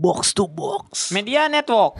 Box to Box Media Network.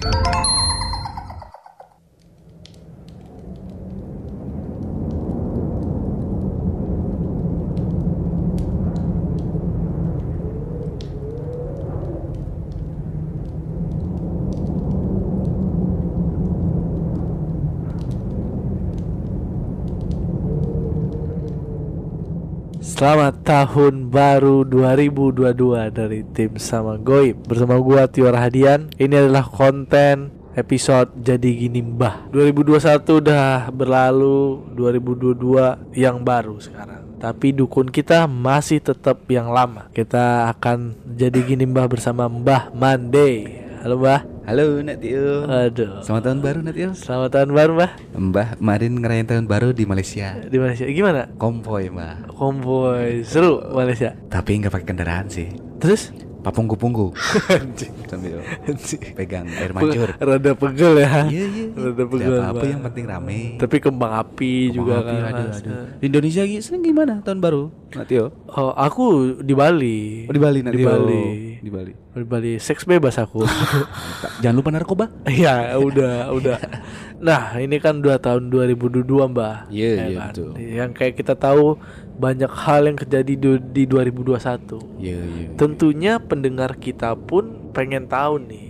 Selamat tahun baru 2022 dari tim Sama Goib. Bersama gua Tio Rahadian. Ini adalah konten episode Jadi Gini Mbah. 2021 udah berlalu, 2022 yang baru sekarang. Tapi dukun kita masih tetap yang lama. Kita akan Jadi Gini Mbah bersama Mbah Mande. Halo Mbah. Halo Nak Tio. Aduh. Selamat tahun baru Nak Tio. Selamat tahun baru Mbah. Mbah kemarin ngerayain tahun baru di Malaysia. Di Malaysia gimana? Konvoy Mbah. Konvoy seru Malaysia. Tapi nggak pakai kendaraan sih. Terus? Papunggu-punggu. Anjing. Sambil pegang air mancur. Rada pegel ya. Iya. Rada pegel. Tidak apa-apa Mbak. yang penting rame. Tapi kembang api juga Api, kan. aduh. Indonesia sering gimana tahun baru Nak Tio? Oh, aku di Bali. Oh, di Bali Nak Di Tio. Bali. Di Bali. Di Bali seks bebas aku. Jangan lupa narkoba. Iya, udah. Nah, ini kan 2 tahun 2022, Mbah. Iya, Ya iya, kan? betul. Yang kayak kita tahu banyak hal yang terjadi di 2021. Iya. Tentunya pendengar kita pun pengen tahu nih.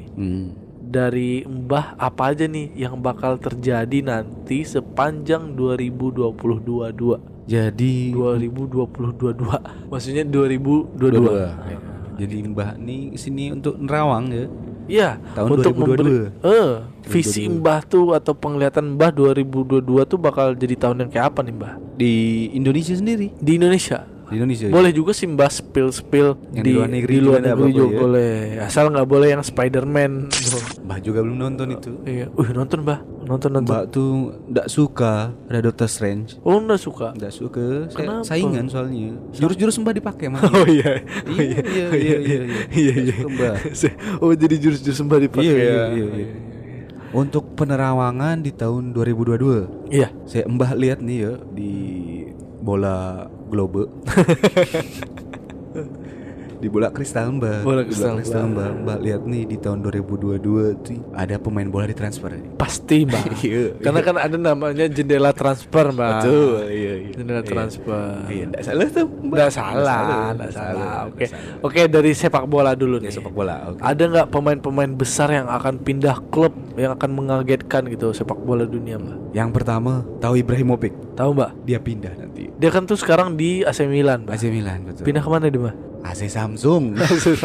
Dari Mbah apa aja nih yang bakal terjadi nanti sepanjang 2022. Jadi 2022. Maksudnya 2022. Ya. Jadi Mbah nih sini untuk nerawang ya. Iya, Tahun untuk 2022. Visi Mbah tuh atau penglihatan Mbah 2022 tuh bakal jadi tahun yang kayak apa nih Mbah? Di Indonesia sendiri. Di Indonesia. Di Indonesia. Boleh juga sih Mbah spill Yang di luar negeri di luar juga ada negeri apa-apa juga ya. boleh. Asal nggak boleh yang Spider-Man. Mbah juga belum nonton itu. Iya, nonton Mbah. Nonton. Mbak tuh nggak suka ada Doctor Strange. Oh, enggak suka. Nggak suka. Kenapa? Saingan soalnya. Jurus-jurus Mbak dipakai mah. Oh iya. Iya. Suka, Mbak. Oh, jadi jurus-jurus Mbah dipakai ya. Iya. Untuk penerawangan di tahun 2022. Iya. Saya Mbah lihat nih ya di bola globe. Di bola kristal Mbak. Bola Di kristal, Mbak. Mbak lihat nih di tahun 2022 tuh ada pemain bola ditransfer. Pasti Mbak. Iya. Karena kan ada namanya jendela transfer Mbak. Iya. Jendela transfer. Iya, enggak salah tuh, Mbak. Nggak salah. Oke, dari sepak bola dulu nih. Sepak bola. Oke. Ada nggak pemain-pemain besar yang akan pindah klub yang akan mengagetkan gitu sepak bola dunia Mbak? Yang pertama, tahu Ibrahimovic. Tahu Mbak? Dia pindah nanti. Dia kan tuh sekarang di AC Milan Mbak. AC Milan, betul. Pindah kemana dia Mbak? AC Samsung.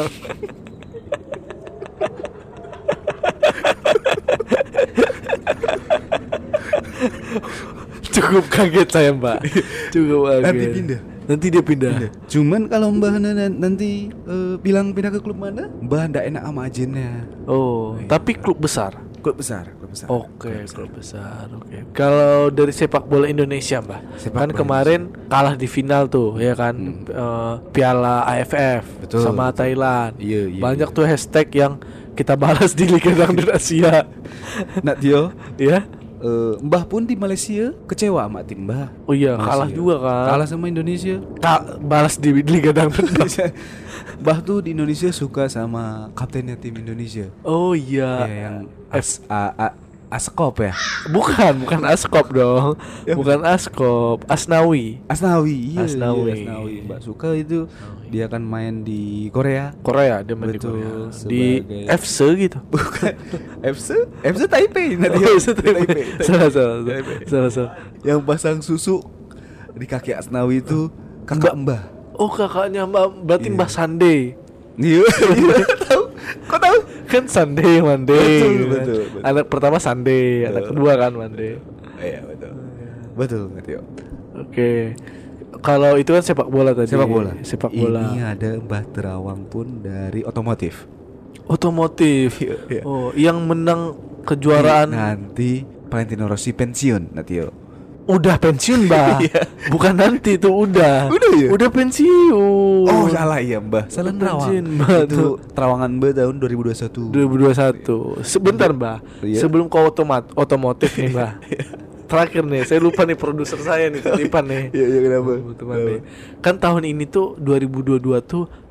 Cukup kaget saya Mbak. Cukup kaget. Nanti pindah. Nanti dia pindah. Cuman kalau Mbah nanti bilang pindah ke klub mana, Mbah ndak enak sama ajennya. Oh, tapi klub besar. Klub besar. Oke, klub besar. Oke. Kalau dari sepak bola Indonesia, Mbak, Sepak kan bola kemarin kalah di final tuh, ya kan, Piala AFF Betul, sama betul. Thailand. Iya. Banyak tuh hashtag yang kita balas di Liga Dangdut Asia. Nak Tio, Ya. Mbah pun di Malaysia kecewa sama tim Mbah. Oh iya, Malaysia. kalah juga kan. Kalah sama Indonesia. Balas di Liga Dangdut. Mbah tuh di Indonesia suka sama kaptennya tim Indonesia. Oh iya. Ya, yang Askop ya. Bukan Askop dong. Bukan Askop, Asnawi. Asnawi. Asnawi. Mbak suka itu. Dia kan main di Korea. Korea, dia main di Betul, Korea. sebagai- Di FC gitu. Bukan FC Taipei nanti. Oh, FC Taipei. Salah. Yang pasang susu di kaki Asnawi itu kakak Mbah. Oh, kakaknya Mbak, berarti Iya. Mbah Sande. Iya, tahu. Kok tahu? Kan Sande Mande. Betul. Anak pertama Sande, anak kedua kan Mande. Iya, betul Tio. Oke. Kalau itu kan sepak bola tadi. Sepak bola. Ini ada Mbah Terawang pun dari otomotif. Otomotif. Iya. Oh, yang menang kejuaraan Nanti Valentino Rossi pensiun, Natio. udah pensiun, Mbah. Bukan nanti itu udah. Udah ya? Udah pensiun. Oh, salah ya, Mbah. Salah pensiun, Terawang. Mbah. Itu Terawangan Mbah tahun 2021. 2021. Sebentar, Mbah. Iya. Sebelum kau otomotif nih, Mbah. Terakhir nih, saya lupa nih produser saya nih, titipan nih. Iya, kenapa? Teman nih. Kan tahun ini tuh 2022 tuh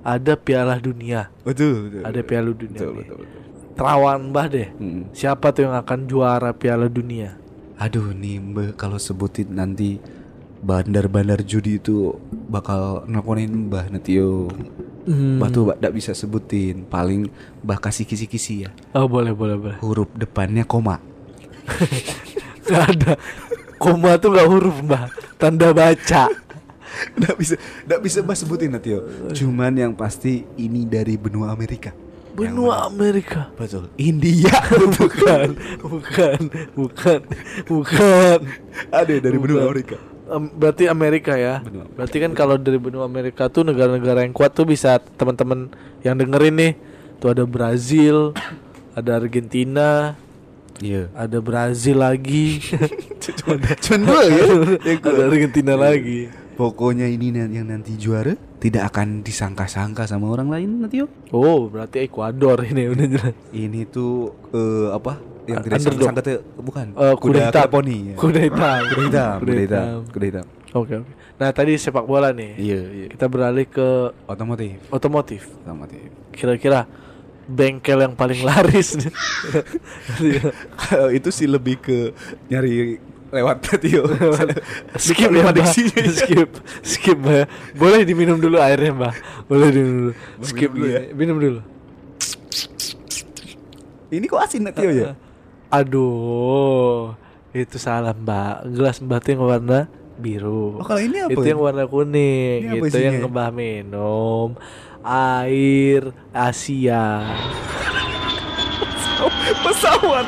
ada Piala Dunia. Betul. Ada Piala Dunia. Betul, nih. betul, betul. Terawan Mbah deh. Siapa tuh yang akan juara Piala Dunia? Aduh nih Mbak, kalau sebutin nanti bandar-bandar judi itu bakal nelponin Mbah nanti yo. Mbah tuh gak bisa sebutin. Paling Mbah kasih kisi-kisi ya. Oh boleh. Huruf depannya koma. Gak ada. Koma tuh gak huruf Mbah, tanda baca. Nggak bisa Mbah sebutin nanti yo. Cuman yang pasti ini dari benua Amerika. Benua Amerika. Betul. India. Bukan. Ada dari benua Amerika. Berarti Amerika ya. Berarti kan kalau dari benua Amerika tuh negara-negara yang kuat tuh bisa teman-teman yang dengerin nih. Tuh ada Brazil, ada Argentina, Iya. ada Brazil lagi. Cuman dua ya. Ada Argentina lagi. Pokoknya ini yang nanti juara tidak akan disangka-sangka sama orang lain nanti yo. Oh, berarti Ekuador ini udah jelas. Ini tuh apa? Yang tidak Underdog. disangka tuh bukan. Kuda hitam. poni. Ya. Kuda hitam. Kuda hitam. Oke. Nah, tadi sepak bola nih. Iya. Kita beralih ke Otomotif. Kira-kira bengkel yang paling laris nih. Itu sih lebih ke nyari lewat tadi yo. Skip ya, Mbak. Skip Mbak. Boleh diminum dulu airnya, Mbak. Boleh diminum dulu. Skip dulu ya. Minum dulu. Ini kok asin nanti yo ya? Aduh. Itu salah, Mbak. Gelas Mbak tuh yang warna biru. Oh, kalau ini apa? Itu yang warna kuning. Ini apa Itu isinya? yang Mbak minum. Air Asia. Pesawat.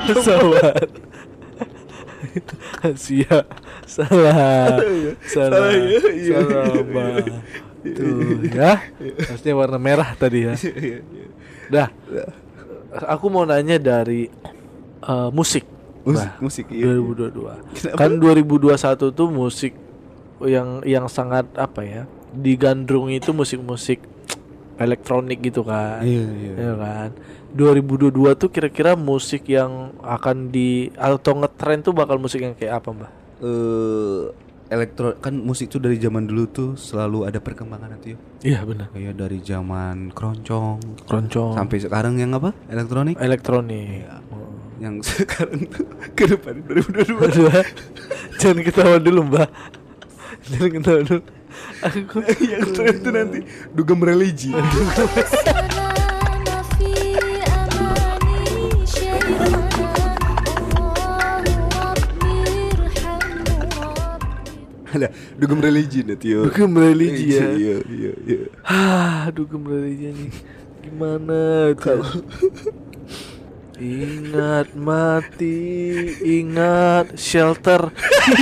Asia. Salah ya? Salah Iya. Mbak. Tuh ya. Harusnya warna merah tadi ya. Dah. Aku mau nanya dari musik. Musik iya. 2022. Kan 2021 tuh musik yang sangat apa ya? Digandrungi itu musik-musik elektronik gitu kan. Iya kan. 2022 tuh kira-kira musik yang akan atau ngetren tuh bakal musik yang kayak apa, Mbak? Elektro kan musik tuh dari zaman dulu tuh selalu ada perkembangan nanti yo. Iya benar. Kayak dari zaman keroncong Sampai sampai sekarang yang apa? Elektronik. Yang sekarang tuh ke depan 2022. Jangan ketawa dulu, Mbak. Jangan ketawa dulu. Aku yang tren itu nanti dugem religi. Ada dugem religi nanti yo. Dugem religi ya. Iya. Dugem religi nih. Gimana tuh? Ingat mati, ingat shelter.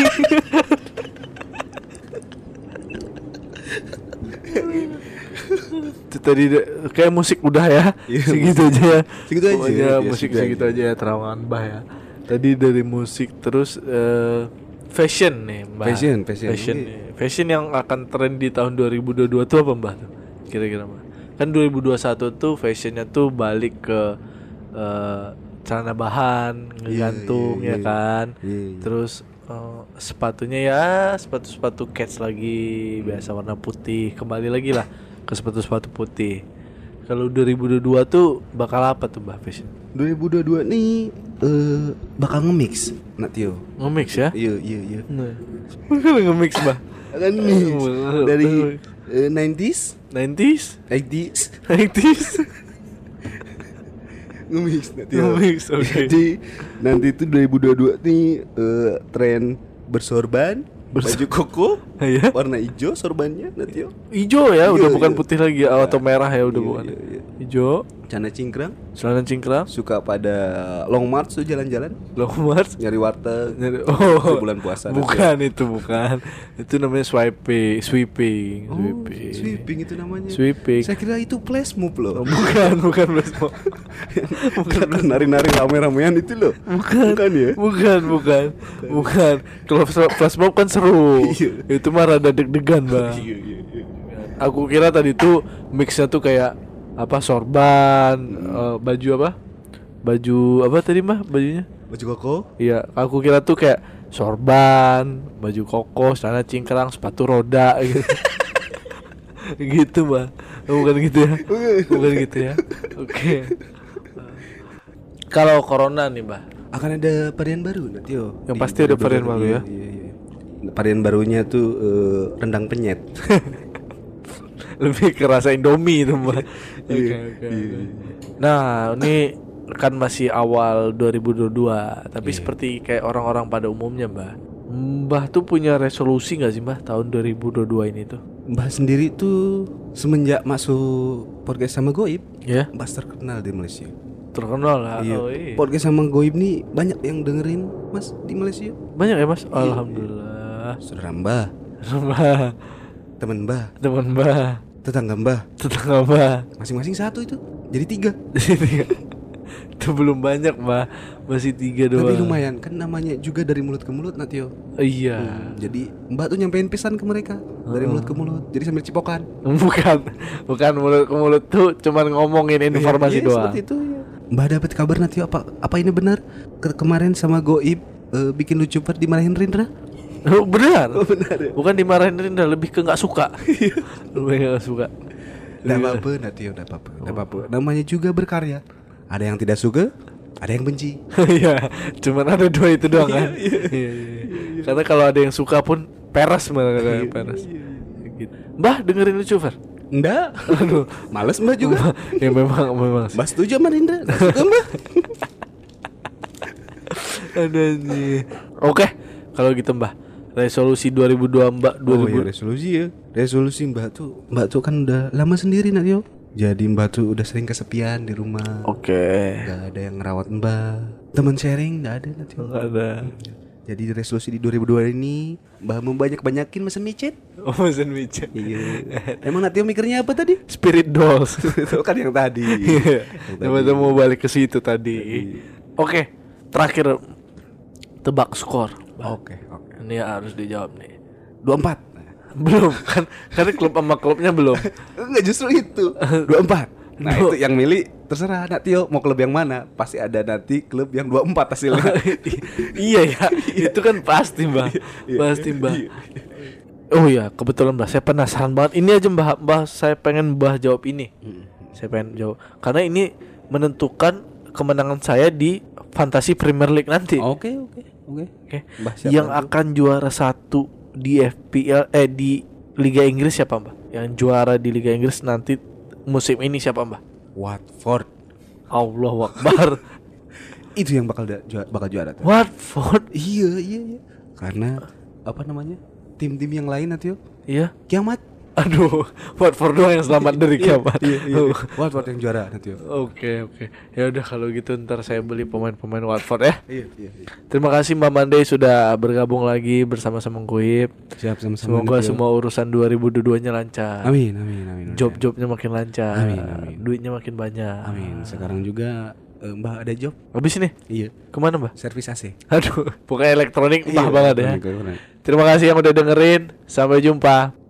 Itu tadi kayak musik udah ya. Segitu aja ya. Pokoknya musik segitu aja ya, terawangan Mbah ya. Tadi dari musik terus fashion nih, Mbah. Fashion. Fashion yang akan tren di tahun 2022 tuh apa, Mbah? Kira-kira, Mbah. Kan 2021 tuh fashionnya tuh balik ke celana bahan, ngegantung ya kan. Terus sepatunya ya sepatu-sepatu cats lagi, biasa warna putih. Kembali lagi lah ke sepatu-sepatu putih. Kalau 2022 tuh bakal apa tuh, Mbah, fashion? 2022 nih bakal nge-mix Natio. Nge-mix ya? Iya. Bakal nge-mix, Mbah. Kan mix dari 90s, 80s nge-mix Natio. Nge-mix, oke. Jadi nanti itu 2022 nih tren bersorban, baju koko, Ya. warna hijau sorbannya Natio. Ijo ya, udah bukan iya. putih lagi atau merah ya, udah bukan. Iya. Ijo, Celana cingkrang, celana cingkrang, suka pada long march tuh jalan-jalan, long march. nyari warteg. Oh, Itu bulan puasa. bukan itu, bukan. Itu namanya sweeping. Sweeping itu namanya. Sweeping. Saya kira itu flash move loh. Bukan flash mob. Bukan nari-nari rame-ramean itu loh. Bukan ya? Bukan. Kalau flash mob kan seru. Iya. Itu mah rada deg-degan, Bang. Iya. Aku kira tadi tuh mixnya tuh kayak apa, sorban, baju apa? Baju apa tadi, Mbah, bajunya? Baju koko. Iya, aku kira tuh kayak sorban, baju koko, celana cingkrang, sepatu roda gitu. Gitu, Mbak. Bukan gitu ya. Bukan gitu ya. Oke. Kalau corona nih, Mbah. Akan ada varian baru nanti yo. Yang pasti ada varian baru ya. Iya. Varian barunya tuh rendang penyet. Lebih kerasa Indomie itu, Mbah. Oke. Nah, ini kan masih awal 2022, tapi seperti kayak orang-orang pada umumnya, Mbah tuh punya resolusi nggak sih, Mbah, tahun 2022 ini tuh? Mbah sendiri tuh semenjak masuk podcast sama Goib, Ya, Mbah terkenal di Malaysia. terkenal lah. Iya. Oh, iya. Podcast sama Goib nih banyak yang dengerin Mas di Malaysia. Banyak ya, Mas? Alhamdulillah. Saudara Mbah, Mbah, teman Mbah, teman Mbah, tetangga Mbah, tetangga Mbah. masing-masing satu itu. Jadi 3. Itu belum banyak, Mbah. Masih 3 doang. Tapi lumayan kan namanya juga dari mulut ke mulut Natio. Iya. Jadi Mbak tuh nyampein pesan ke mereka dari mulut ke mulut. Jadi sambil cipokan. Bukan mulut ke mulut tuh cuman ngomongin informasi Iya, doang. seperti itu ya. Mbak dapat kabar Natio apa ini benar? Kemarin sama Goib bikin lucu part dimarahin Rindra. Benar. Benar ya? Bukan dimarahin Rinda, lebih ke nggak suka. Lebih nggak suka. Nggak apa-apa Natio, nggak apa-apa. Namanya juga berkarya. Ada yang tidak suka, ada yang benci. Iya, cuman ada 2 itu doang kan. Iya. Karena kalau ada yang suka pun peres malah peres. Gitu. Mbah dengerin lucu, Fer? Enggak. Aduh, Males Mbak juga. ya memang sih. Mbak setuju sama Rindra? Nggak suka Mbak? Ada nih. Oke, kalau gitu, Mbah. Resolusi 2002 Mbak 2000. Oh iya, resolusi ya. Resolusi Mbak tuh kan udah lama sendiri Natio. Jadi Mbak tuh udah sering kesepian di rumah. Oke. Gak ada yang ngerawat Mbak. Teman sharing gak ada Natio. Enggak ada. Jadi resolusi di 2002 ini Mbak mau banyak-banyakin mesen micet. Oh, mesin micet. Iya. Emang Natio mikirnya apa tadi? Spirit dolls. Itu kan yang tadi. Coba mau balik ke situ tadi. Oke, terakhir tebak skor. Oke. Ini harus dijawab nih. 24. Belum kan? Karena klub sama klubnya belum. Enggak justru itu. 24. Nah, itu yang milih terserah Natio mau klub yang mana. Pasti ada nanti klub yang 24 hasilnya. Iya ya, itu kan pasti, Mbak. Pasti, Mbak. Oh iya, kebetulan, Mbak, saya penasaran banget. Ini aja, Mbak, saya pengen Mbak jawab ini. Saya pengen jawab karena ini menentukan kemenangan saya di Fantasy Premier League nanti. Oke. Mbah, siapa Yang nanti? akan juara 1 di FPL di Liga Inggris siapa, Mbak? Yang juara di Liga Inggris nanti musim ini siapa, Mbak? Watford. Allahu Akbar. Itu yang bakal juara tuh. Watford. Iya. Karena apa namanya? Tim-tim yang lain Natio Iya. kiamat. Aduh, Watford doang yang selamat dari kiamat. Iya. Watford yang juara Natio. Oke. Ya udah kalau gitu ntar saya beli pemain-pemain Watford ya. Iya. Terima kasih Mbak Mande sudah bergabung lagi bersama-sama Goib. Siap sama-sama. Semoga Natio. semua urusan 2022-nya lancar. Amin. Job-jobnya makin lancar. Amin. Duitnya makin banyak. Amin. Sekarang juga Mbah ada job. Habis nih. Iya. Kemana, Mbak? Servis AC. Aduh, pokoknya elektronik Mbah Iya, banget ya. elektronik. Terima kasih yang udah dengerin. Sampai jumpa.